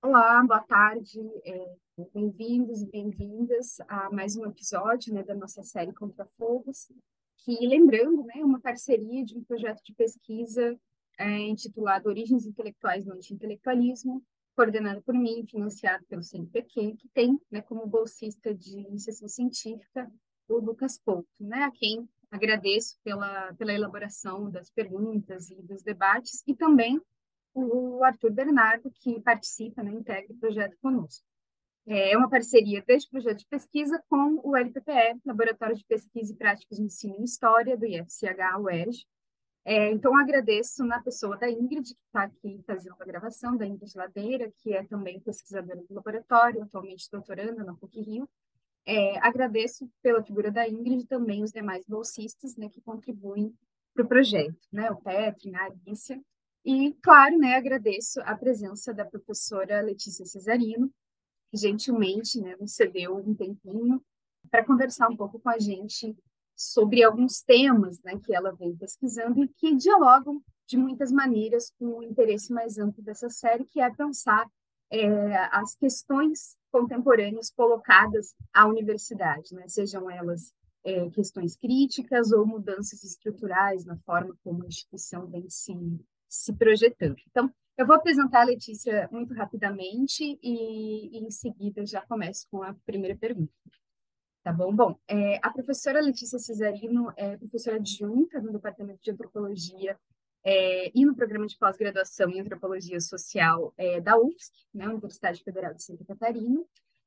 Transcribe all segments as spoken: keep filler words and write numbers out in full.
Olá, boa tarde, é, bem-vindos e bem-vindas a mais um episódio, né, da nossa série Contra Fogos, que, lembrando, né, é uma parceria de um projeto de pesquisa é, intitulado Origens Intelectuais no Anti-Intelectualismo, coordenado por mim, financiado pelo C N Pq, que tem, né, como bolsista de iniciação científica o Lucas Couto, né, a quem agradeço pela, pela elaboração das perguntas e dos debates, e também o Arthur Bernardo, que participa, né, integra o projeto conosco. É uma parceria deste projeto de pesquisa com o L P P E, Laboratório de Pesquisa e Práticas de Ensino em História, do I F C H U E R J. É, então, agradeço na pessoa da Ingrid, que está aqui fazendo a gravação, da Ingrid Ladeira, que é também pesquisadora do laboratório, atualmente doutoranda na PUC-Rio. É, agradeço pela figura da Ingrid e também os demais bolsistas, né, que contribuem para o projeto, né, o Petri, a Alicia. E, claro, né, agradeço a presença da professora Letícia Cesarino, que gentilmente, né, nos cedeu um tempinho para conversar um pouco com a gente sobre alguns temas, né, que ela vem pesquisando e que dialogam de muitas maneiras com o interesse mais amplo dessa série, que é pensar é, as questões contemporâneas colocadas à universidade, né, sejam elas é, questões críticas ou mudanças estruturais na forma como a instituição vem se, se projetando. Então, eu vou apresentar a Letícia muito rapidamente e, e em seguida já começo com a primeira pergunta. Tá bom? Bom, é, a professora Letícia Cesarino é professora adjunta no Departamento de Antropologia é, e no programa de pós-graduação em Antropologia Social é, da U F S C, né, Universidade Federal de Santa Catarina,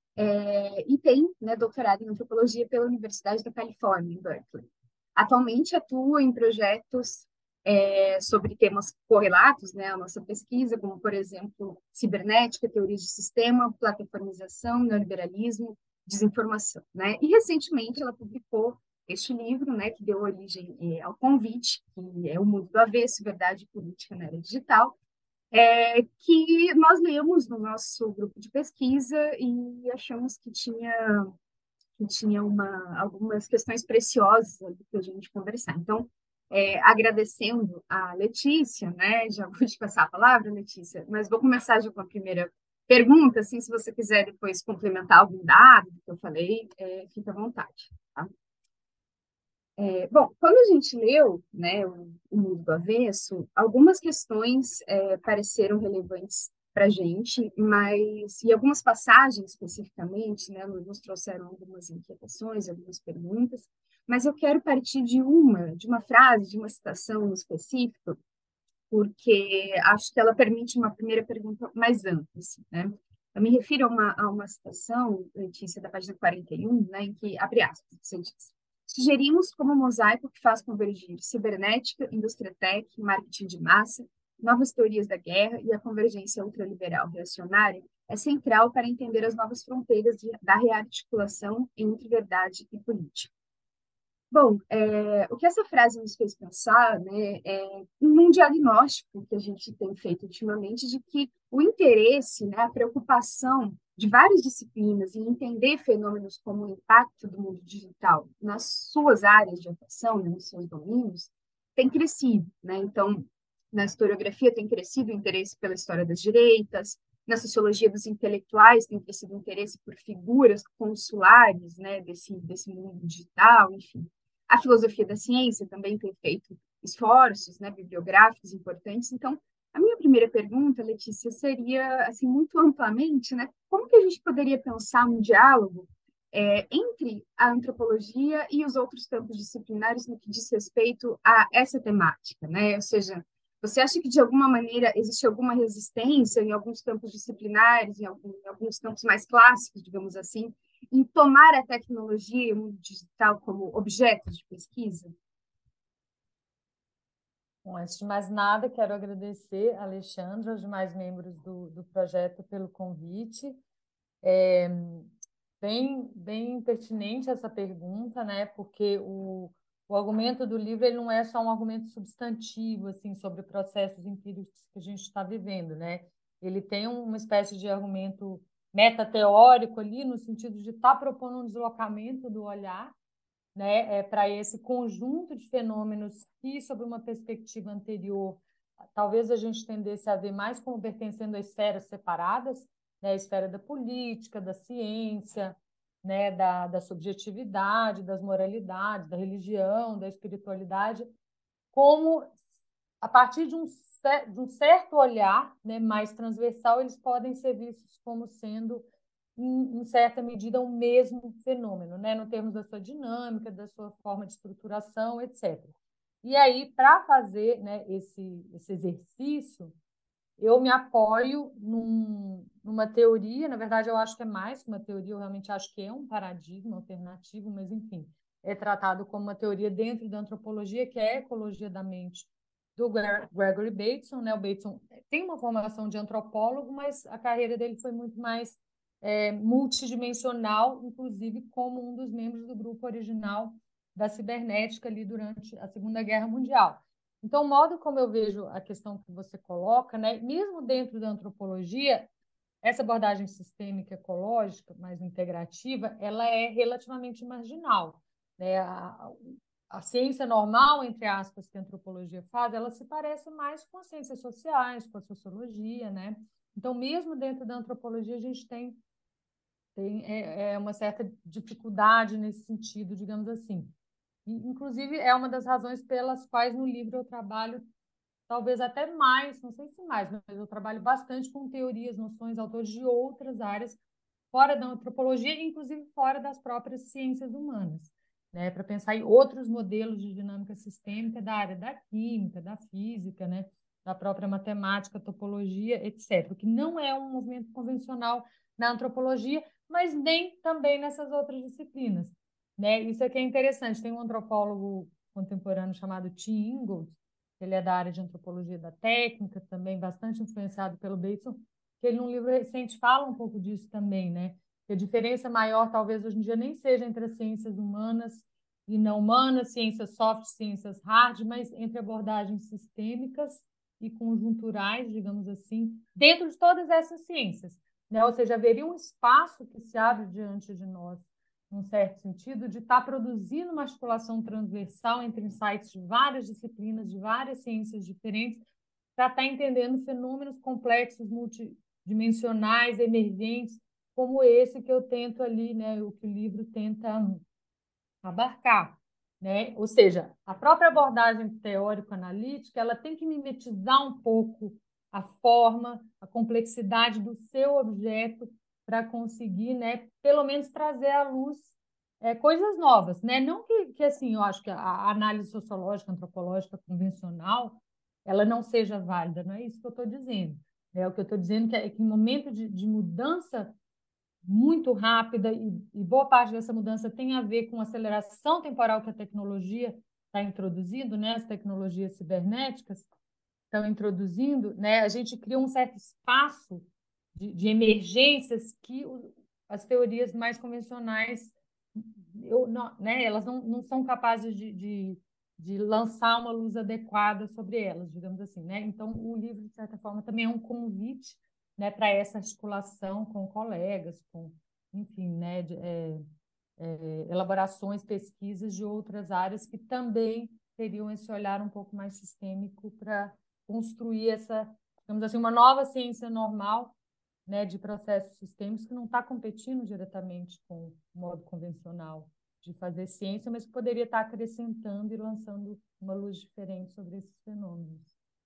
é, e tem, né, doutorado em Antropologia pela Universidade da Califórnia, em Berkeley. Atualmente atua em projetos é, sobre temas correlatos, né, à nossa pesquisa, como, por exemplo, cibernética, teorias de sistema, plataformização, neoliberalismo, desinformação, né? E recentemente ela publicou este livro, né, que deu origem é, ao convite, que é O Mundo do Avesso, Verdade e Política na Era Digital, é, que nós lemos no nosso grupo de pesquisa e achamos que tinha que tinha uma, algumas questões preciosas ali para a gente conversar. Então, é, agradecendo a Letícia, né? Já vou te passar a palavra, Letícia, mas vou começar já com a primeira pergunta, assim, se você quiser depois complementar algum dado do que eu falei, é, fica à vontade, tá? É, bom, quando a gente leu, né, o, o Mundo do Avesso, algumas questões é, pareceram relevantes para a gente, mas, e algumas passagens especificamente, né, nos trouxeram algumas inquietações, algumas perguntas, mas eu quero partir de uma, de uma frase, de uma citação específica, porque acho que ela permite uma primeira pergunta mais ampla, assim, né? Eu me refiro a uma, a uma citação, Letícia, da página quarenta e um, né, em que, abre aspas, você diz: sugerimos como mosaico que faz convergir cibernética, indústria tech, marketing de massa, novas teorias da guerra e a convergência ultraliberal reacionária é central para entender as novas fronteiras de, da rearticulação entre verdade e política. Bom, é, o que essa frase nos fez pensar, né, é num diagnóstico que a gente tem feito ultimamente de que o interesse, né, a preocupação de várias disciplinas em entender fenômenos como o impacto do mundo digital nas suas áreas de atuação, né, nos seus domínios, tem crescido, né? Então, na historiografia tem crescido o interesse pela história das direitas, na sociologia dos intelectuais tem crescido o interesse por figuras consulares, né, desse, desse mundo digital, enfim. A filosofia da ciência também tem feito esforços, né, bibliográficos importantes. Então, a minha primeira pergunta, Letícia, seria, assim, muito amplamente, né, como que a gente poderia pensar um diálogo é, entre a antropologia e os outros campos disciplinares no que diz respeito a essa temática, né? Ou seja, você acha que, de alguma maneira, existe alguma resistência em alguns campos disciplinares, em, algum, em alguns campos mais clássicos, digamos assim, em tomar a tecnologia e o mundo digital como objetos de pesquisa? Bom, antes de mais nada, quero agradecer a Alexandra, aos demais membros do, do projeto pelo convite. É bem, bem pertinente essa pergunta, né? Porque o, o argumento do livro ele não é só um argumento substantivo assim, sobre processos empíricos que a gente está vivendo, né? Ele tem uma espécie de argumento metateórico ali, no sentido de estar tá propondo um deslocamento do olhar, né, é, para esse conjunto de fenômenos que, sob uma perspectiva anterior, talvez a gente tendesse a ver mais como pertencendo a esferas separadas, né, a esfera da política, da ciência, né, da, da subjetividade, das moralidades, da religião, da espiritualidade, como, a partir de um, de um certo olhar, né, mais transversal, eles podem ser vistos como sendo, em, em certa medida, o mesmo fenômeno, né, no termos da sua dinâmica, da sua forma de estruturação, etcétera. E aí, para fazer, né, esse, esse exercício, eu me apoio num, numa teoria, na verdade, eu acho que é mais que uma teoria, eu realmente acho que é um paradigma alternativo, mas, enfim, é tratado como uma teoria dentro da antropologia, que é a ecologia da mente, do Gregory Bateson, né? O Bateson tem uma formação de antropólogo, mas a carreira dele foi muito mais é, multidimensional, inclusive como um dos membros do grupo original da cibernética ali durante a Segunda Guerra Mundial. Então, o modo como eu vejo a questão que você coloca, né, mesmo dentro da antropologia, essa abordagem sistêmica ecológica, mais integrativa, ela é relativamente marginal, né? A, a ciência normal, entre aspas, que a antropologia faz, ela se parece mais com as ciências sociais, com a sociologia, né? Então, mesmo dentro da antropologia, a gente tem, tem é, é uma certa dificuldade nesse sentido, digamos assim. Inclusive, é uma das razões pelas quais no livro eu trabalho, talvez até mais, não sei se mais, mas eu trabalho bastante com teorias, noções, autores de outras áreas, fora da antropologia, inclusive fora das próprias ciências humanas, né? Para pensar em outros modelos de dinâmica sistêmica da área da química, da física, né? Da própria matemática, topologia, etcétera, que não é um movimento convencional na antropologia, mas nem também nessas outras disciplinas, né? Isso aqui é interessante. Tem um antropólogo contemporâneo chamado Tim Ingold, ele é da área de antropologia da técnica, também bastante influenciado pelo Bateson, que ele, num livro recente, fala um pouco disso também, né? Que a diferença maior, talvez, hoje em dia, nem seja entre as ciências humanas e não humanas, ciências soft, ciências hard, mas entre abordagens sistêmicas e conjunturais, digamos assim, dentro de todas essas ciências, né? Ou seja, haveria um espaço que se abre diante de nós, num certo sentido, de estar produzindo uma articulação transversal entre insights de várias disciplinas, de várias ciências diferentes, para estar entendendo fenômenos complexos, multidimensionais, emergentes, como esse que eu tento ali, né, o que o livro tenta abarcar, né? Ou seja, a própria abordagem teórico-analítica, ela tem que mimetizar um pouco a forma, a complexidade do seu objeto para conseguir, né, pelo menos trazer à luz é, coisas novas, né? Não que, que assim, eu acho que a, a análise sociológica, antropológica convencional, ela não seja válida, não é isso que eu estou dizendo. É, o que eu estou dizendo que é que em momento de, de mudança muito rápida e, e boa parte dessa mudança tem a ver com a aceleração temporal que a tecnologia está introduzindo, né? As tecnologias cibernéticas estão introduzindo, né? A gente cria um certo espaço de, de emergências que o, as teorias mais convencionais, eu, não, né? Elas não, não são capazes de, de, de lançar uma luz adequada sobre elas, digamos assim, né? Então, o livro, de certa forma, também é um convite, né, para essa articulação com colegas, com, enfim, né, de, é, é, elaborações, pesquisas de outras áreas que também teriam esse olhar um pouco mais sistêmico para construir essa, digamos assim, uma nova ciência normal, né, de processos sistêmicos que não está competindo diretamente com o modo convencional de fazer ciência, mas que poderia estar acrescentando e lançando uma luz diferente sobre esses fenômenos.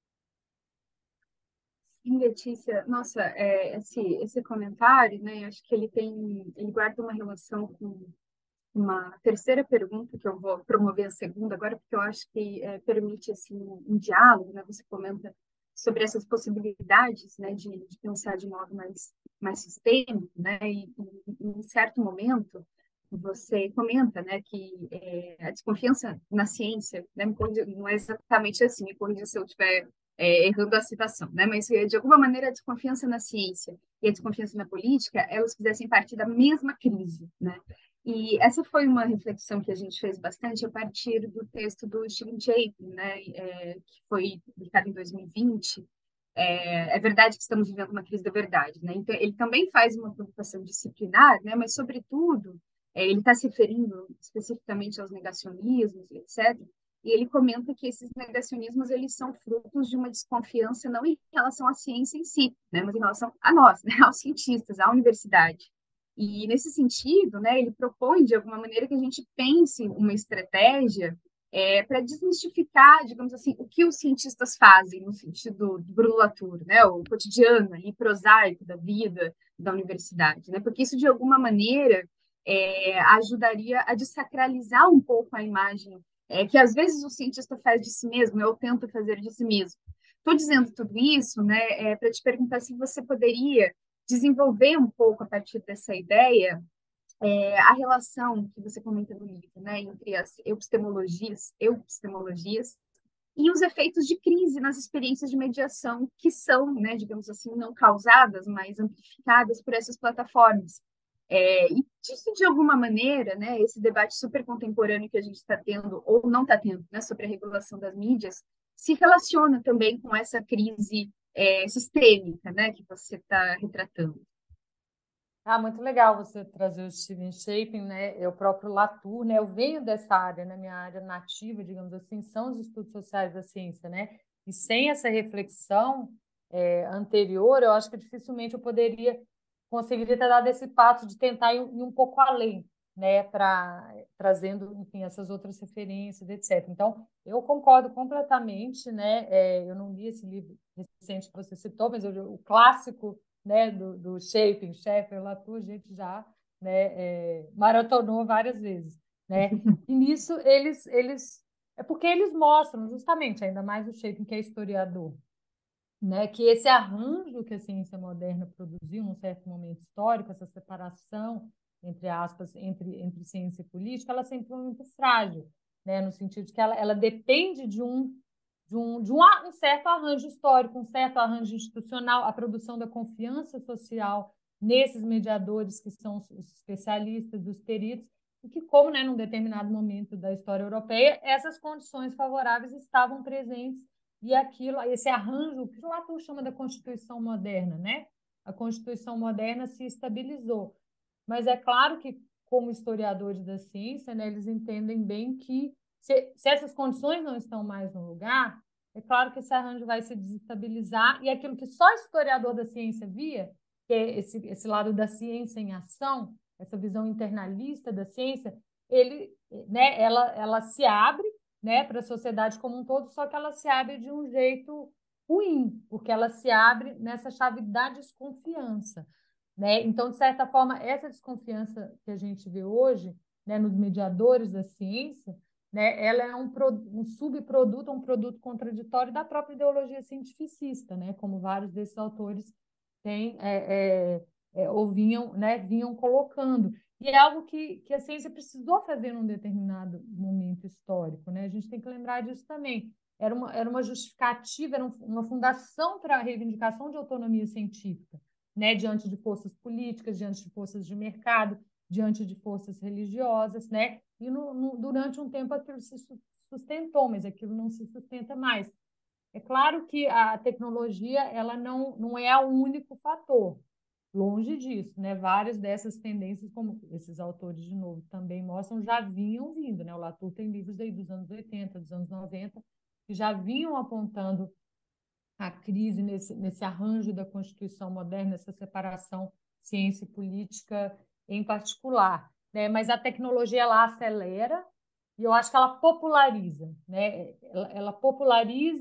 Sim, Letícia, nossa, é, esse, esse comentário, né, acho que ele tem, ele guarda uma relação com uma terceira pergunta, que eu vou promover a segunda agora, porque eu acho que é, permite, assim, um, um diálogo, né, você comenta sobre essas possibilidades, né, de, de pensar de modo mais, mais sistêmico, né, e, e em certo momento você comenta, né, que é, a desconfiança na ciência, né, me corrija, não é exatamente assim, me corrija se eu estiver é, errando a citação, né, mas de alguma maneira a desconfiança na ciência e a desconfiança na política, elas fizessem parte da mesma crise, né, e essa foi uma reflexão que a gente fez bastante a partir do texto do Stephen Chapin, né, é, que foi publicado em dois mil e vinte. É, é verdade que estamos vivendo uma crise da verdade, né? Então ele também faz uma preocupação disciplinar, né? Mas sobretudo é, ele está se referindo especificamente aos negacionismos, etcétera. e ele comenta que esses negacionismos eles são frutos de uma desconfiança não em relação à ciência em si, né, mas em relação a nós, né, aos cientistas, à universidade. E nesse sentido, né, ele propõe de alguma maneira que a gente pense uma estratégia é, para desmistificar, digamos assim, o que os cientistas fazem no sentido do Bruno Latour, né, o cotidiano ali, prosaico da vida da universidade, né, porque isso de alguma maneira é, ajudaria a desacralizar um pouco a imagem é, que às vezes o cientista faz de si mesmo, eu tento fazer de si mesmo. Estou dizendo tudo isso, né, é, para te perguntar se você poderia desenvolver um pouco a partir dessa ideia é, a relação que você comenta no livro, né, entre as epistemologias, epistemologias e os efeitos de crise nas experiências de mediação que são, né, digamos assim, não causadas, mas amplificadas por essas plataformas. É, e disso, de alguma maneira, né, esse debate super contemporâneo que a gente está tendo, ou não está tendo, né, sobre a regulação das mídias, se relaciona também com essa crise é, sistêmica, né, que você está retratando. Ah, muito legal você trazer o Steven Shaping, né? Eu próprio Latour, né? Eu venho dessa área, né? Minha área nativa, digamos assim, são os estudos sociais da ciência, né? E sem essa reflexão é, anterior, eu acho que dificilmente eu poderia conseguiria ter dado esse passo de tentar ir, ir um pouco além, né? Para trazendo, enfim, essas outras referências, etcétera. Então, eu concordo completamente, né? É, eu não li esse livro recente que você citou, mas eu, o clássico, né, do, do Shaping, Sheffer, Latour, a gente já, né, é, maratonou várias vezes, né? E nisso eles eles é porque eles mostram justamente, ainda mais o Shaping, que é historiador, né, que esse arranjo que a ciência moderna produziu num certo momento histórico, essa separação entre aspas entre entre ciência e política, ela sempre foi muito frágil, né, no sentido de que ela, ela depende de um de um, de um, um certo arranjo histórico, um certo arranjo institucional, a produção da confiança social nesses mediadores que são os especialistas, os peritos, e que, como, né, num determinado momento da história europeia, essas condições favoráveis estavam presentes e aquilo, esse arranjo, que o Latour chama da Constituição moderna, né? A Constituição moderna se estabilizou. Mas é claro que, como historiadores da ciência, né, eles entendem bem que se, se essas condições não estão mais no lugar, é claro que esse arranjo vai se desestabilizar e aquilo que só historiador da ciência via, que é esse, esse lado da ciência em ação, essa visão internalista da ciência, ele, né, ela, ela se abre, né, para a sociedade como um todo, só que ela se abre de um jeito ruim, porque ela se abre nessa chave da desconfiança, né? Então, de certa forma, essa desconfiança que a gente vê hoje, né, nos mediadores da ciência, né, ela é um, um subproduto, um produto contraditório da própria ideologia cientificista, né, como vários desses autores têm, é, é, é, ou vinham, né, vinham colocando. E é algo que, que a ciência precisou fazer num determinado momento histórico, né? A gente tem que lembrar disso também. Era uma, era uma justificativa, era um, uma fundação para a reivindicação de autonomia científica, né? Diante de forças políticas, diante de forças de mercado, diante de forças religiosas, né? E no, no, durante um tempo aquilo se sustentou, mas aquilo não se sustenta mais. É claro que a tecnologia ela não, não é o único fator, longe disso, né? Várias dessas tendências, como esses autores de novo também mostram, já vinham vindo, né? O Latour tem livros aí dos anos oitenta, dos anos noventa, que já vinham apontando a crise nesse, nesse arranjo da Constituição moderna, essa separação ciência e política em particular, né? Mas a tecnologia ela acelera e eu acho que ela populariza, né? Ela, ela populariza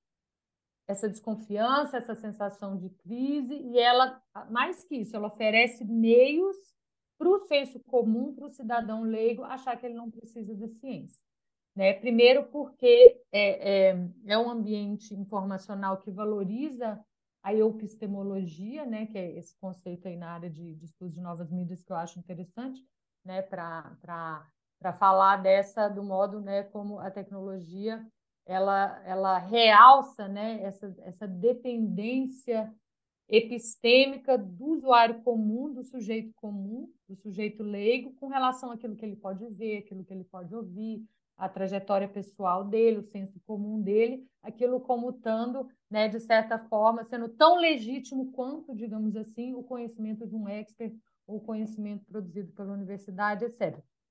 essa desconfiança, essa sensação de crise, e ela, mais que isso, ela oferece meios para o senso comum, para o cidadão leigo, achar que ele não precisa da ciência. Né? Primeiro, porque é, é, é um ambiente informacional que valoriza a epistemologia, né? Que é esse conceito aí na área de, de estudos de novas mídias que eu acho interessante, né? Para falar dessa, do modo, né, como a tecnologia ela, ela realça, né, essa, essa dependência epistêmica do usuário comum, do sujeito comum, do sujeito leigo, com relação àquilo que ele pode ver, aquilo que ele pode ouvir, a trajetória pessoal dele, o senso comum dele, aquilo comutando, né, de certa forma, sendo tão legítimo quanto, digamos assim, o conhecimento de um expert ou o conhecimento produzido pela universidade, etcétera.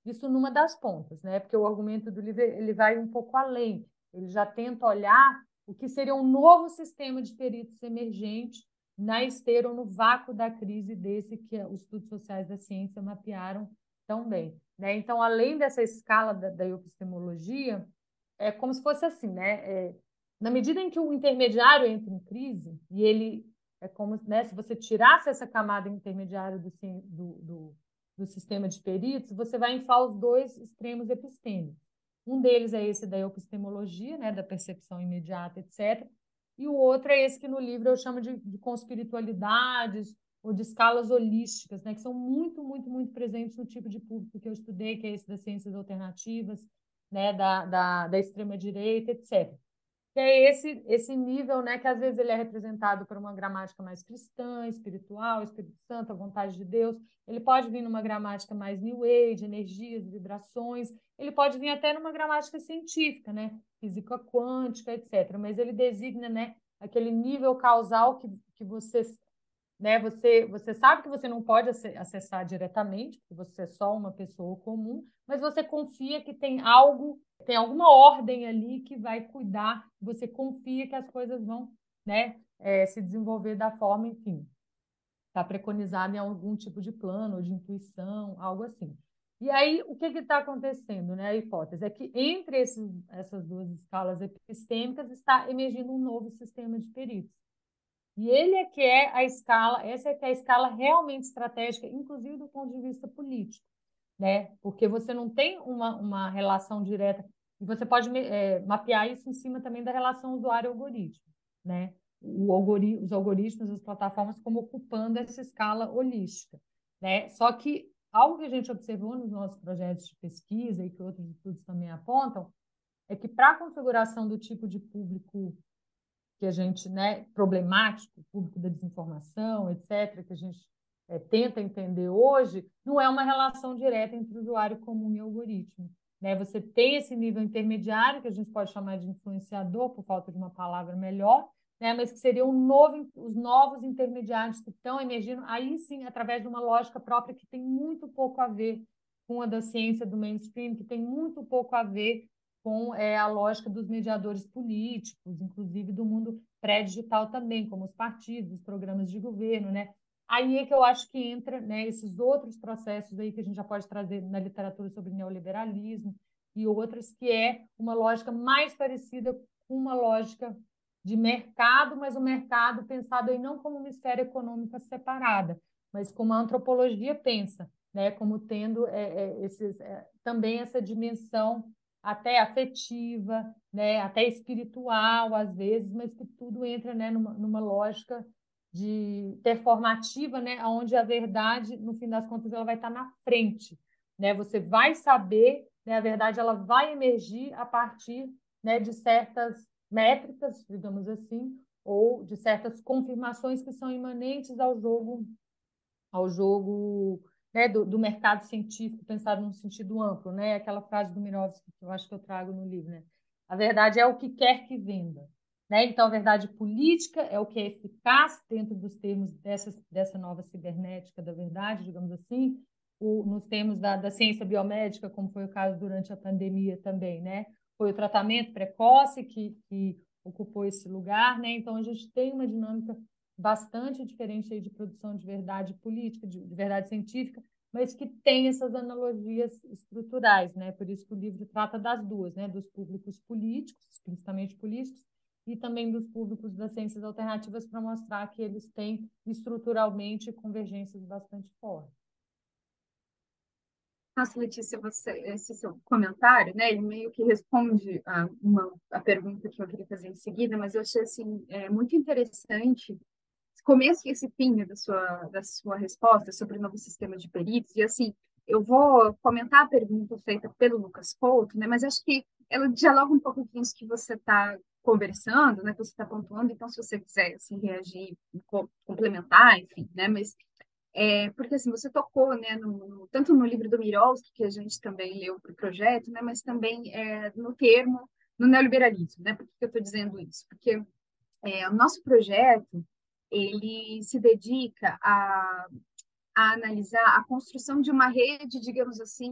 Isso numa das pontas, né? Porque o argumento do livro ele vai um pouco além. Ele já tenta olhar o que seria um novo sistema de peritos emergente na esteira ou no vácuo da crise desse que os estudos sociais da ciência mapearam tão bem, né? Então, além dessa escala da, da epistemologia, é como se fosse assim, né? É, na medida em que o intermediário entra em crise, e ele é como, né, se você tirasse essa camada intermediária do, do, do, do sistema de peritos, você vai inflar os dois extremos epistêmicos. Um deles é esse da epistemologia, né, da percepção imediata, etcétera. E o outro é esse que no livro eu chamo de, de conspiritualidades ou de escalas holísticas, né, que são muito, muito, muito presentes no tipo de público que eu estudei, que é esse das ciências alternativas, né, da, da, da extrema-direita, etcétera. Que é esse, esse nível, né, que às vezes ele é representado por uma gramática mais cristã, espiritual, Espírito Santo, a vontade de Deus. Ele pode vir numa gramática mais New Age, energias, vibrações. Ele pode vir até numa gramática científica, né, física quântica, etcétera. Mas ele designa, né, aquele nível causal que, que você, né, você, você sabe que você não pode acessar diretamente, porque você é só uma pessoa comum, mas você confia que tem algo, tem alguma ordem ali que vai cuidar, você confia que as coisas vão, né, é, se desenvolver da forma, enfim, está preconizado em algum tipo de plano, ou de intuição, algo assim. E aí, o que está acontecendo, né? A hipótese é que entre esses, essas duas escalas epistêmicas está emergindo um novo sistema de peritos. E ele é que é a escala, essa é que é a escala realmente estratégica, inclusive do ponto de vista político, né? Porque você não tem uma, uma relação direta, e você pode é, mapear isso em cima também da relação usuário-algoritmo, né? O algori os algoritmos, as plataformas, como ocupando essa escala holística, né? Só que algo que a gente observou nos nossos projetos de pesquisa e que outros estudos também apontam é que para a configuração do tipo de público que a gente, né, problemático, público da desinformação, etcétera, que a gente é, tenta entender hoje, não é uma relação direta entre usuário comum e algoritmo. Né? Você tem esse nível intermediário, que a gente pode chamar de influenciador, por falta de uma palavra melhor, né? Mas que seriam um novo, os novos intermediários que estão emergindo, aí sim, através de uma lógica própria que tem muito pouco a ver com a da ciência do mainstream, que tem muito pouco a ver com é, a lógica dos mediadores políticos, inclusive do mundo pré-digital também, como os partidos, os programas de governo, né? Aí é que eu acho que entra, né, esses outros processos aí que a gente já pode trazer na literatura sobre neoliberalismo e outras, que é uma lógica mais parecida com uma lógica de mercado, mas o mercado pensado aí não como uma esfera econômica separada, mas como a antropologia pensa, né, como tendo é, é, esses, é, também essa dimensão até afetiva, né, até espiritual, às vezes, mas que tudo entra, né, numa, numa lógica de performativa, né, onde a verdade, no fim das contas, ela vai estar na frente. Né? Você vai saber, né, a verdade ela vai emergir a partir, né, de certas métricas, digamos assim, ou de certas confirmações que são imanentes ao jogo, ao jogo né, do, do mercado científico pensado num sentido amplo, né? Aquela frase do Mirovski que eu acho que eu trago no livro, né? A verdade é o que quer que venda, né? Então a verdade política é o que é eficaz dentro dos termos dessa, dessa nova cibernética da verdade, digamos assim, o, nos termos da, da ciência biomédica, como foi o caso durante a pandemia também, né? Foi o tratamento precoce que, que ocupou esse lugar, né? Então a gente tem uma dinâmica bastante diferente aí de produção de verdade política, de, de verdade científica, mas que tem essas analogias estruturais, né? Por isso que o livro trata das duas, né? Dos públicos políticos, principalmente políticos, e também dos públicos das ciências alternativas, para mostrar que eles têm estruturalmente convergências bastante fortes. Nossa, Letícia, você, esse seu comentário, né, ele meio que responde a, uma, a pergunta que eu queria fazer em seguida, mas eu achei assim, é, muito interessante esse começo e esse fim da sua, da sua resposta sobre o novo sistema de peritos. E assim, eu vou comentar a pergunta feita pelo Lucas Couto, né, mas acho que ela dialoga um pouco com isso que você está conversando, né, que você está pontuando, então se você quiser assim, reagir, complementar, enfim, né, mas é, porque assim, você tocou, né, no, no, tanto no livro do Mirovski, que a gente também leu para o projeto, né, mas também é, no termo, no neoliberalismo, né? Por que eu estou dizendo isso? Porque é, o nosso projeto, ele se dedica a, a analisar a construção de uma rede, digamos assim,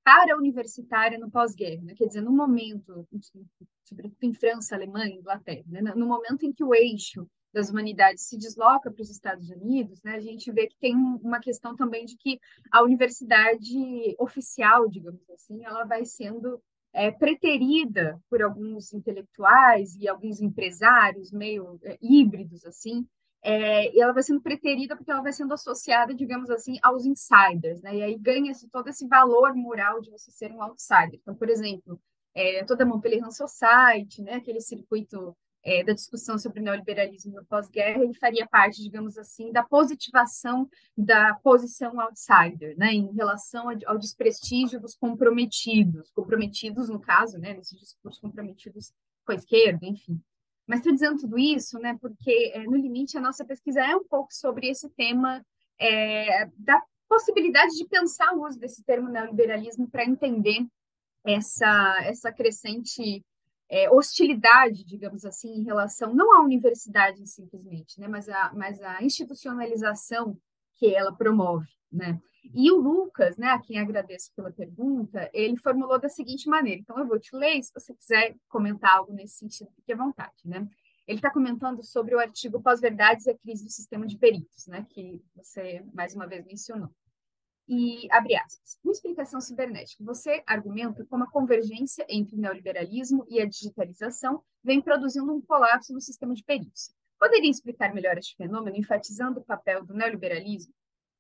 para a universitária no pós-guerra, né? Quer dizer, no momento, sobretudo em França, Alemanha, Inglaterra, né? No momento em que o eixo das humanidades se desloca para os Estados Unidos, né? A gente vê que tem uma questão também de que a universidade oficial, digamos assim, ela vai sendo é, preterida por alguns intelectuais e alguns empresários meio é, híbridos, assim, é, e ela vai sendo preterida porque ela vai sendo associada, digamos assim, aos insiders, né? E aí ganha-se todo esse valor moral de você ser um outsider. Então, por exemplo, é, toda a Montpellier Society, né? Aquele circuito é, da discussão sobre o neoliberalismo no pós-guerra, ele faria parte, digamos assim, da positivação da posição outsider, né? Em relação ao desprestígio dos comprometidos, comprometidos, no caso, né? Nesse discurso, comprometidos com a esquerda, enfim. Mas estou dizendo tudo isso, né, porque é, no limite a nossa pesquisa é um pouco sobre esse tema é, da possibilidade de pensar o uso desse termo neoliberalismo para entender essa essa crescente é, hostilidade, digamos assim, em relação não à universidade simplesmente, né, mas a mas a institucionalização que ela promove, né? E o Lucas, né, a quem agradeço pela pergunta, ele formulou da seguinte maneira. Então, eu vou te ler, se você quiser comentar algo nesse sentido, fique à vontade, né? Ele está comentando sobre o artigo Pós-Verdades e a Crise do Sistema de Peritos, né, que você, mais uma vez, mencionou. E, abre aspas, uma explicação cibernética. Você argumenta como a convergência entre o neoliberalismo e a digitalização vem produzindo um colapso no sistema de perícia. Poderia explicar melhor este fenômeno, enfatizando o papel do neoliberalismo?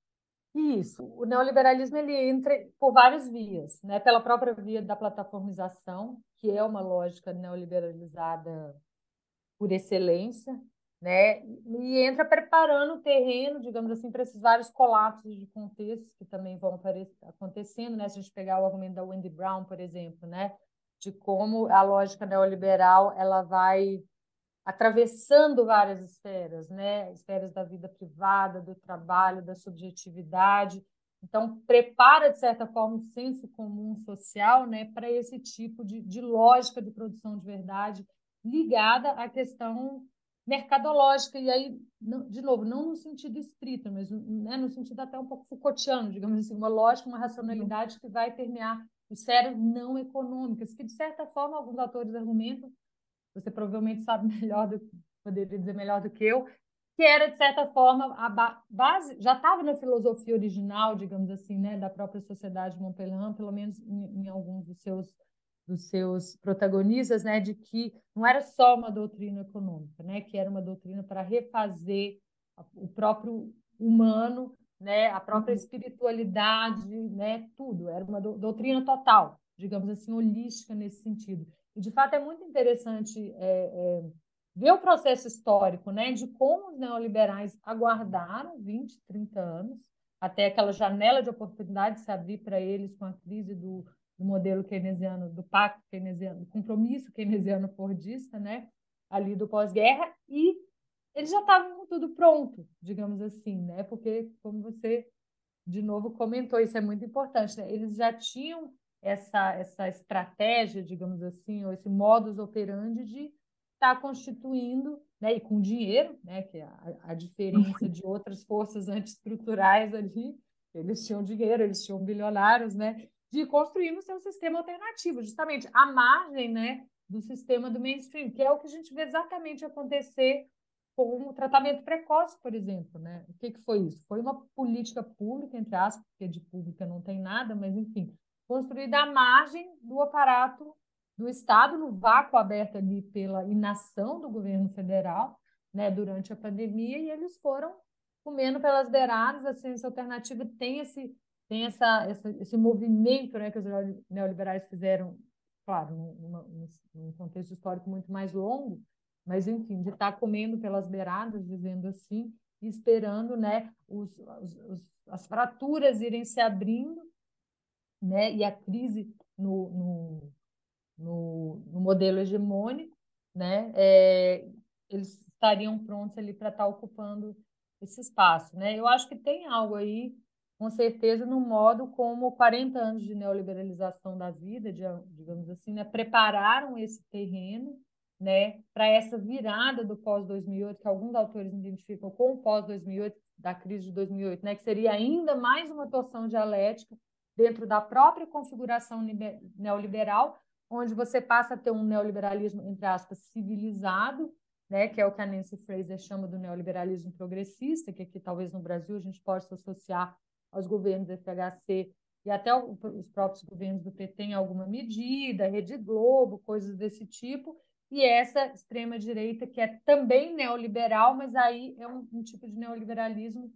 Isso, o neoliberalismo ele entra por várias vias, né? Pela própria via da plataformização, que é uma lógica neoliberalizada por excelência, né? E entra preparando o terreno, digamos assim, para esses vários colapsos de contextos que também vão acontecendo, né? Se a gente pegar o argumento da Wendy Brown, por exemplo, né? De como a lógica neoliberal ela vai atravessando várias esferas, né? Esferas da vida privada, do trabalho, da subjetividade. Então, prepara, de certa forma, o senso comum social, né, para esse tipo de, de lógica de produção de verdade ligada à questão mercadológica. E aí, não, de novo, não no sentido estrito, mas né, no sentido até um pouco Foucaultiano, digamos assim, uma lógica, uma racionalidade que vai permear esferas não econômicas, que, de certa forma, alguns autores argumentam, você provavelmente sabe melhor do poderia dizer melhor do que eu, que era de certa forma a base já estava na filosofia original, digamos assim, né, da própria sociedade de Montpellier, pelo menos em, em alguns dos seus dos seus protagonistas, né, de que não era só uma doutrina econômica, né, que era uma doutrina para refazer o próprio humano, né, a própria espiritualidade, né, tudo, era uma doutrina total, digamos assim, holística nesse sentido. E, de fato, é muito interessante é, é, ver o processo histórico, né, de como os neoliberais aguardaram vinte, trinta anos até aquela janela de oportunidade se abrir para eles com a crise do, do modelo keynesiano, do pacto keynesiano, do compromisso keynesiano fordista, né, ali do pós-guerra, e eles já estavam com tudo pronto, digamos assim, né, porque, como você, de novo, comentou, isso é muito importante, né, eles já tinham essa, essa estratégia, digamos assim, ou esse modus operandi de estar tá constituindo, né, e com dinheiro, né, que é a, a diferença de outras forças antiestruturais ali, eles tinham dinheiro, eles tinham bilionários, né, de construir o seu sistema alternativo, justamente à margem, né, do sistema do mainstream, que é o que a gente vê exatamente acontecer com o tratamento precoce, por exemplo, né? O que, que foi isso? Foi uma política pública, entre aspas, porque de pública não tem nada, mas, enfim, construída à margem do aparato do Estado, no vácuo aberto ali pela inação do governo federal, né, durante a pandemia, e eles foram comendo pelas beiradas. A ciência alternativa tem esse, tem essa, essa, esse movimento, né, que os neoliberais fizeram, claro, num, num contexto histórico muito mais longo, mas, enfim, de estar comendo pelas beiradas, dizendo assim, e esperando, né, os, os, os, as fraturas irem se abrindo, né, e a crise no, no, no, no modelo hegemônico, né, é, eles estariam prontos ali para estar ocupando esse espaço, né? Eu acho que tem algo aí, com certeza, no modo como quarenta anos de neoliberalização da vida, de, digamos assim, né, prepararam esse terreno, né, para essa virada do pós dois mil e oito, que alguns autores identificam com o pós dois mil e oito, da crise de dois mil e oito, né, que seria ainda mais uma torção dialética dentro da própria configuração neoliberal, onde você passa a ter um neoliberalismo, entre aspas, civilizado, né, que é o que a Nancy Fraser chama do neoliberalismo progressista, que aqui talvez no Brasil a gente possa associar aos governos do F H C e até os próprios governos do P T em alguma medida, Rede Globo, coisas desse tipo, e essa extrema-direita que é também neoliberal, mas aí é um, um tipo de neoliberalismo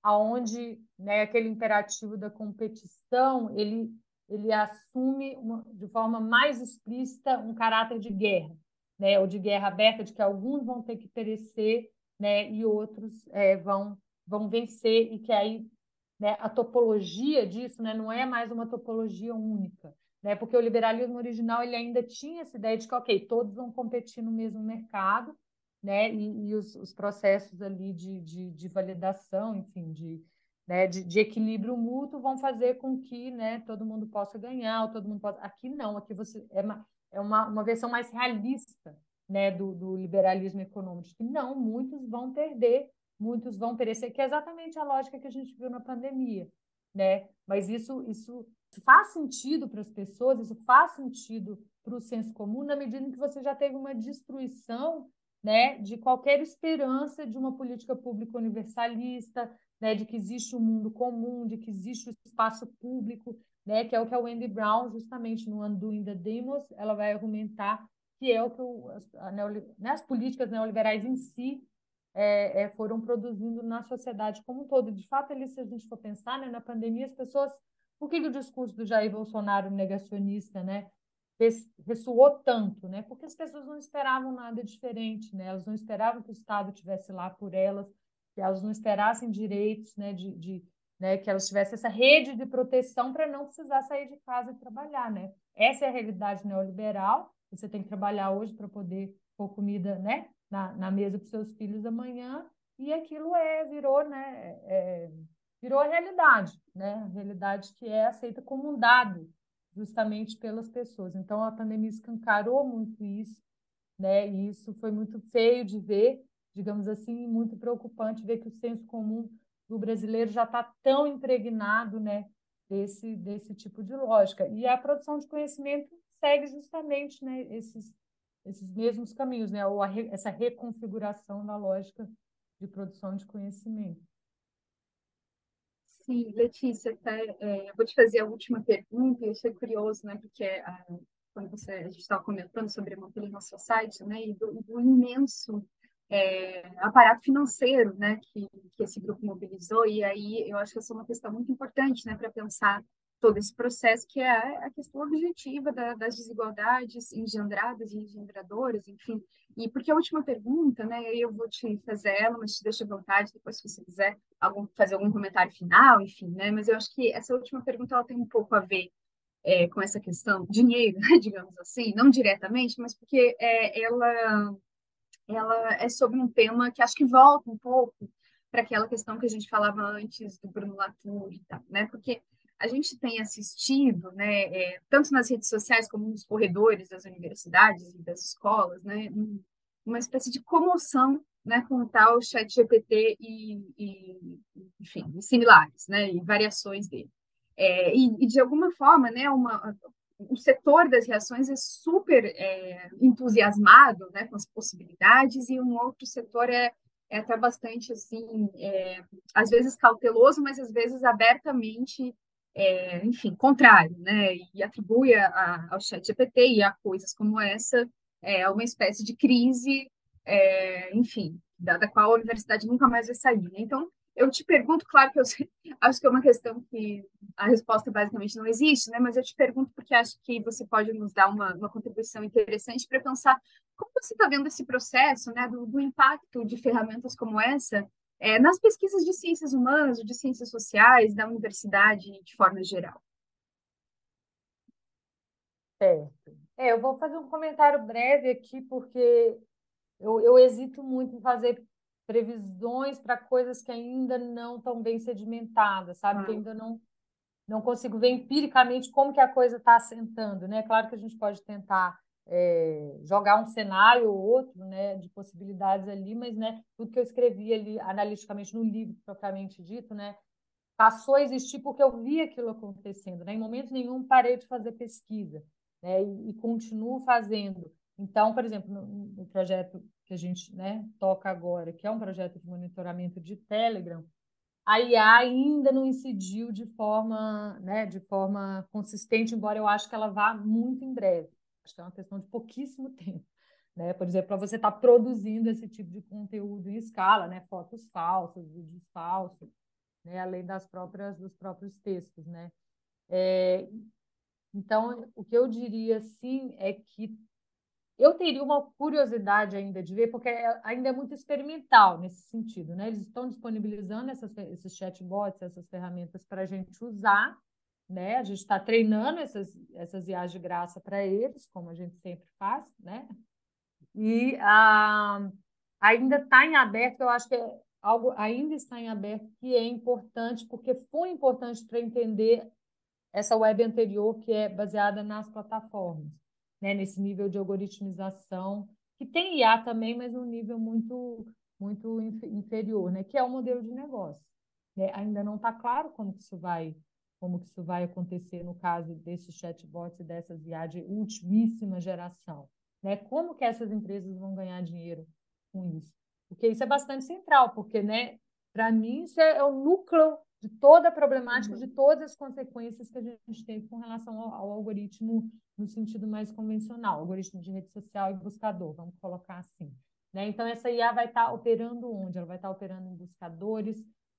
aonde, né, aquele imperativo da competição, ele, ele assume uma, de forma mais explícita um caráter de guerra, né, ou de guerra aberta, de que alguns vão ter que perecer, né, e outros é, vão, vão vencer, e que aí, né, a topologia disso, né, não é mais uma topologia única, né, porque o liberalismo original ele ainda tinha essa ideia de que, ok, todos vão competir no mesmo mercado, né, e, e os, os processos ali de, de, de validação, enfim, de, né, de, de equilíbrio mútuo vão fazer com que, né, todo mundo possa ganhar, ou todo mundo possa... Aqui não, aqui você é uma, é uma, uma versão mais realista, né, do, do liberalismo econômico, que não, muitos vão perder, muitos vão perecer, que é exatamente a lógica que a gente viu na pandemia, né? Mas isso, isso faz sentido para as pessoas, isso faz sentido para o senso comum, na medida em que você já teve uma destruição, né, de qualquer esperança de uma política pública universalista, né, de que existe um mundo comum, de que existe o espaço público, né, que é o que a Wendy Brown, justamente no Undoing the Demos, ela vai argumentar que é o que o, a neoli, né, as políticas neoliberais em si é, é, foram produzindo na sociedade como um todo. De fato, ali, se a gente for pensar, né, na pandemia, as pessoas... Por que, que o discurso do Jair Bolsonaro negacionista, né, ressoou tanto, né? Porque as pessoas não esperavam nada diferente, né? Elas não esperavam que o Estado estivesse lá por elas, que elas não esperassem direitos, né? De, de, né? Que elas tivessem essa rede de proteção para não precisar sair de casa e trabalhar, né? Essa é a realidade neoliberal. Você tem que trabalhar hoje para poder pôr comida, né? Na, na mesa para os seus filhos amanhã, e aquilo é virou, né? É, virou a realidade, né? A realidade que é aceita como um dado justamente pelas pessoas. Então, a pandemia escancarou muito isso, né? E isso foi muito feio de ver, digamos assim, muito preocupante ver que o senso comum do brasileiro já está tão impregnado, né, desse, desse tipo de lógica. E a produção de conhecimento segue justamente, né, esses, esses mesmos caminhos, né? Ou a, essa reconfiguração da lógica de produção de conhecimento. Sim, Letícia, até, é, eu vou te fazer a última pergunta, eu achei curioso, né, porque a, quando você, a gente estava comentando sobre a Montpellier Society, né, e do, do imenso é, aparato financeiro, né, que, que esse grupo mobilizou, e aí eu acho que essa é uma questão muito importante, né, para pensar todo esse processo, que é a questão objetiva da, das desigualdades engendradas e engendradoras, enfim. E porque a última pergunta, né, eu vou te fazer ela, mas te deixo à vontade, depois se você quiser algum, fazer algum comentário final, enfim, né, mas eu acho que essa última pergunta, ela tem um pouco a ver é, com essa questão dinheiro, digamos assim, não diretamente, mas porque é, ela ela é sobre um tema que acho que volta um pouco para aquela questão que a gente falava antes do Bruno Latour, tá, né? Porque a gente tem assistido, né, é, tanto nas redes sociais como nos corredores das universidades e das escolas, né, uma espécie de comoção, né, com o tal chat G P T e, e enfim, e similares, né, e variações dele. É, e, e, de alguma forma, né, uma, o setor das reações é super é, entusiasmado, né, com as possibilidades, e um outro setor é, é até bastante, assim, é, às vezes cauteloso, mas às vezes abertamente, é, enfim, contrário, né, e atribui a, a, ao chat G P T e a coisas como essa é, uma espécie de crise, é, enfim, da, da qual a universidade nunca mais vai sair, né? Então, eu te pergunto, claro que eu sei, acho que é uma questão que a resposta basicamente não existe, né? Mas eu te pergunto porque acho que você pode nos dar uma, uma contribuição interessante para pensar como você está vendo esse processo, né, do, do impacto de ferramentas como essa é, nas pesquisas de ciências humanas, de ciências sociais, da universidade de forma geral. Certo. É, eu vou fazer um comentário breve aqui, porque eu, eu hesito muito em fazer previsões para coisas que ainda não estão bem sedimentadas, sabe? Que Ah, ainda não, não consigo ver empiricamente como que a coisa está assentando, né? Claro que a gente pode tentar é, jogar um cenário ou outro, né, de possibilidades ali, mas, né, tudo que eu escrevi ali analiticamente no livro propriamente dito, né, passou a existir porque eu vi aquilo acontecendo, né? Em momento nenhum parei de fazer pesquisa, né? E, e continuo fazendo. Então, por exemplo, no, no projeto que a gente, né, toca agora, que é um projeto de monitoramento de Telegram, a I A ainda não incidiu de forma, né, de forma consistente, embora eu acho que ela vá muito em breve. Acho que é uma questão de pouquíssimo tempo. Né? Por exemplo, para você estar tá produzindo esse tipo de conteúdo em escala, né? Fotos falsas, vídeos falsos, né? Além das próprias, dos próprios textos. Né? É, então, o que eu diria, sim, é que eu teria uma curiosidade ainda de ver, porque ainda é muito experimental nesse sentido, né? Eles estão disponibilizando essas, esses chatbots, essas ferramentas para a gente usar, né? A gente está treinando essas, essas I As de graça para eles, como a gente sempre faz, né? E ah, ainda está em aberto, eu acho que é algo ainda está em aberto, que é importante, porque foi importante para entender essa web anterior, que é baseada nas plataformas, né? Nesse nível de algoritmização, que tem I A também, mas num nível muito, muito inferior, né? Que é o modelo de negócio. Né? Ainda não está claro como que isso vai, como que isso vai acontecer no caso desses chatbots e dessas I A de ultimíssima geração. Né? Como que essas empresas vão ganhar dinheiro com isso? Porque isso é bastante central, porque, né, para mim, isso é, é o núcleo de toda a problemática, de todas as consequências que a gente teve com relação ao, ao algoritmo no sentido mais convencional, algoritmo de rede social e buscador, vamos colocar assim. Né? Então, essa I A vai estar operando onde? Ela vai estar operando em buscadores,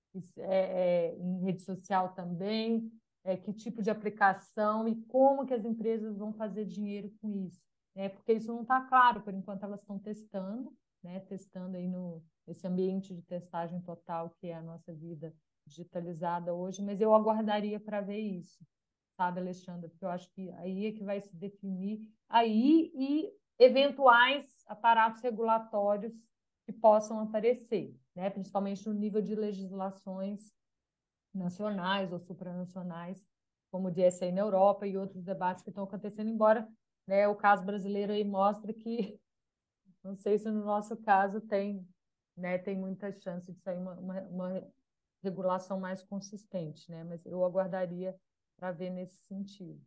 é, é, em rede social também, é, que tipo de aplicação e como que as empresas vão fazer dinheiro com isso. Né? Porque isso não está claro, por enquanto elas estão testando, né? Testando aí no, esse ambiente de testagem total que é a nossa vida digitalizada hoje, mas eu aguardaria para ver isso, sabe, Alexandra? Porque eu acho que aí é que vai se definir aí e eventuais aparatos regulatórios que possam aparecer, né? Principalmente no nível de legislações nacionais ou supranacionais, como o D S A na Europa e outros debates que estão acontecendo, embora, né, o caso brasileiro aí mostra que não sei se no nosso caso tem, né, tem muita chance de sair uma, uma, uma regulação mais consistente, né? Mas eu aguardaria para ver nesse sentido.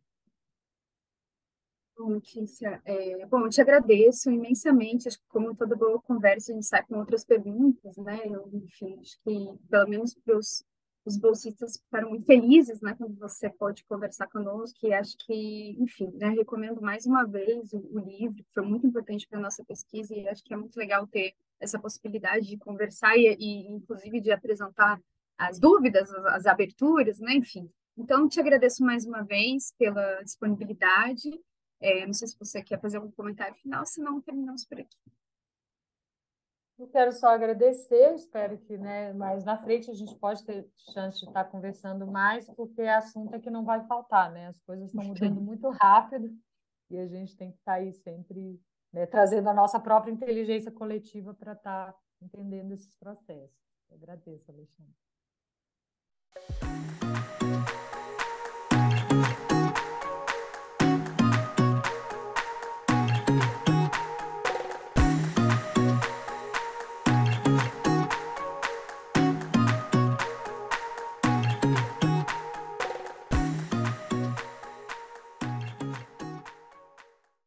Bom, Letícia, é, bom, eu te agradeço imensamente. Acho que, como toda boa conversa, a gente sai com outras perguntas, né? Eu, enfim, acho que, pelo menos para os bolsistas, ficaram muito felizes, né? Quando você pode conversar conosco. E acho que, enfim, né? Recomendo mais uma vez o, o livro, que foi muito importante para a nossa pesquisa. E acho que é muito legal ter essa possibilidade de conversar e, e inclusive, de apresentar as dúvidas, as, as aberturas, né? Enfim. Então, te agradeço mais uma vez pela disponibilidade. É, não sei se você quer fazer algum comentário final, senão terminamos por aqui. Eu quero só agradecer, espero que, né, mais na frente a gente pode ter chance de estar conversando mais, porque é assunto é que não vai faltar, né? As coisas estão mudando muito rápido e a gente tem que estar aí sempre, né, trazendo a nossa própria inteligência coletiva para estar entendendo esses processos. Eu agradeço, Alexandre.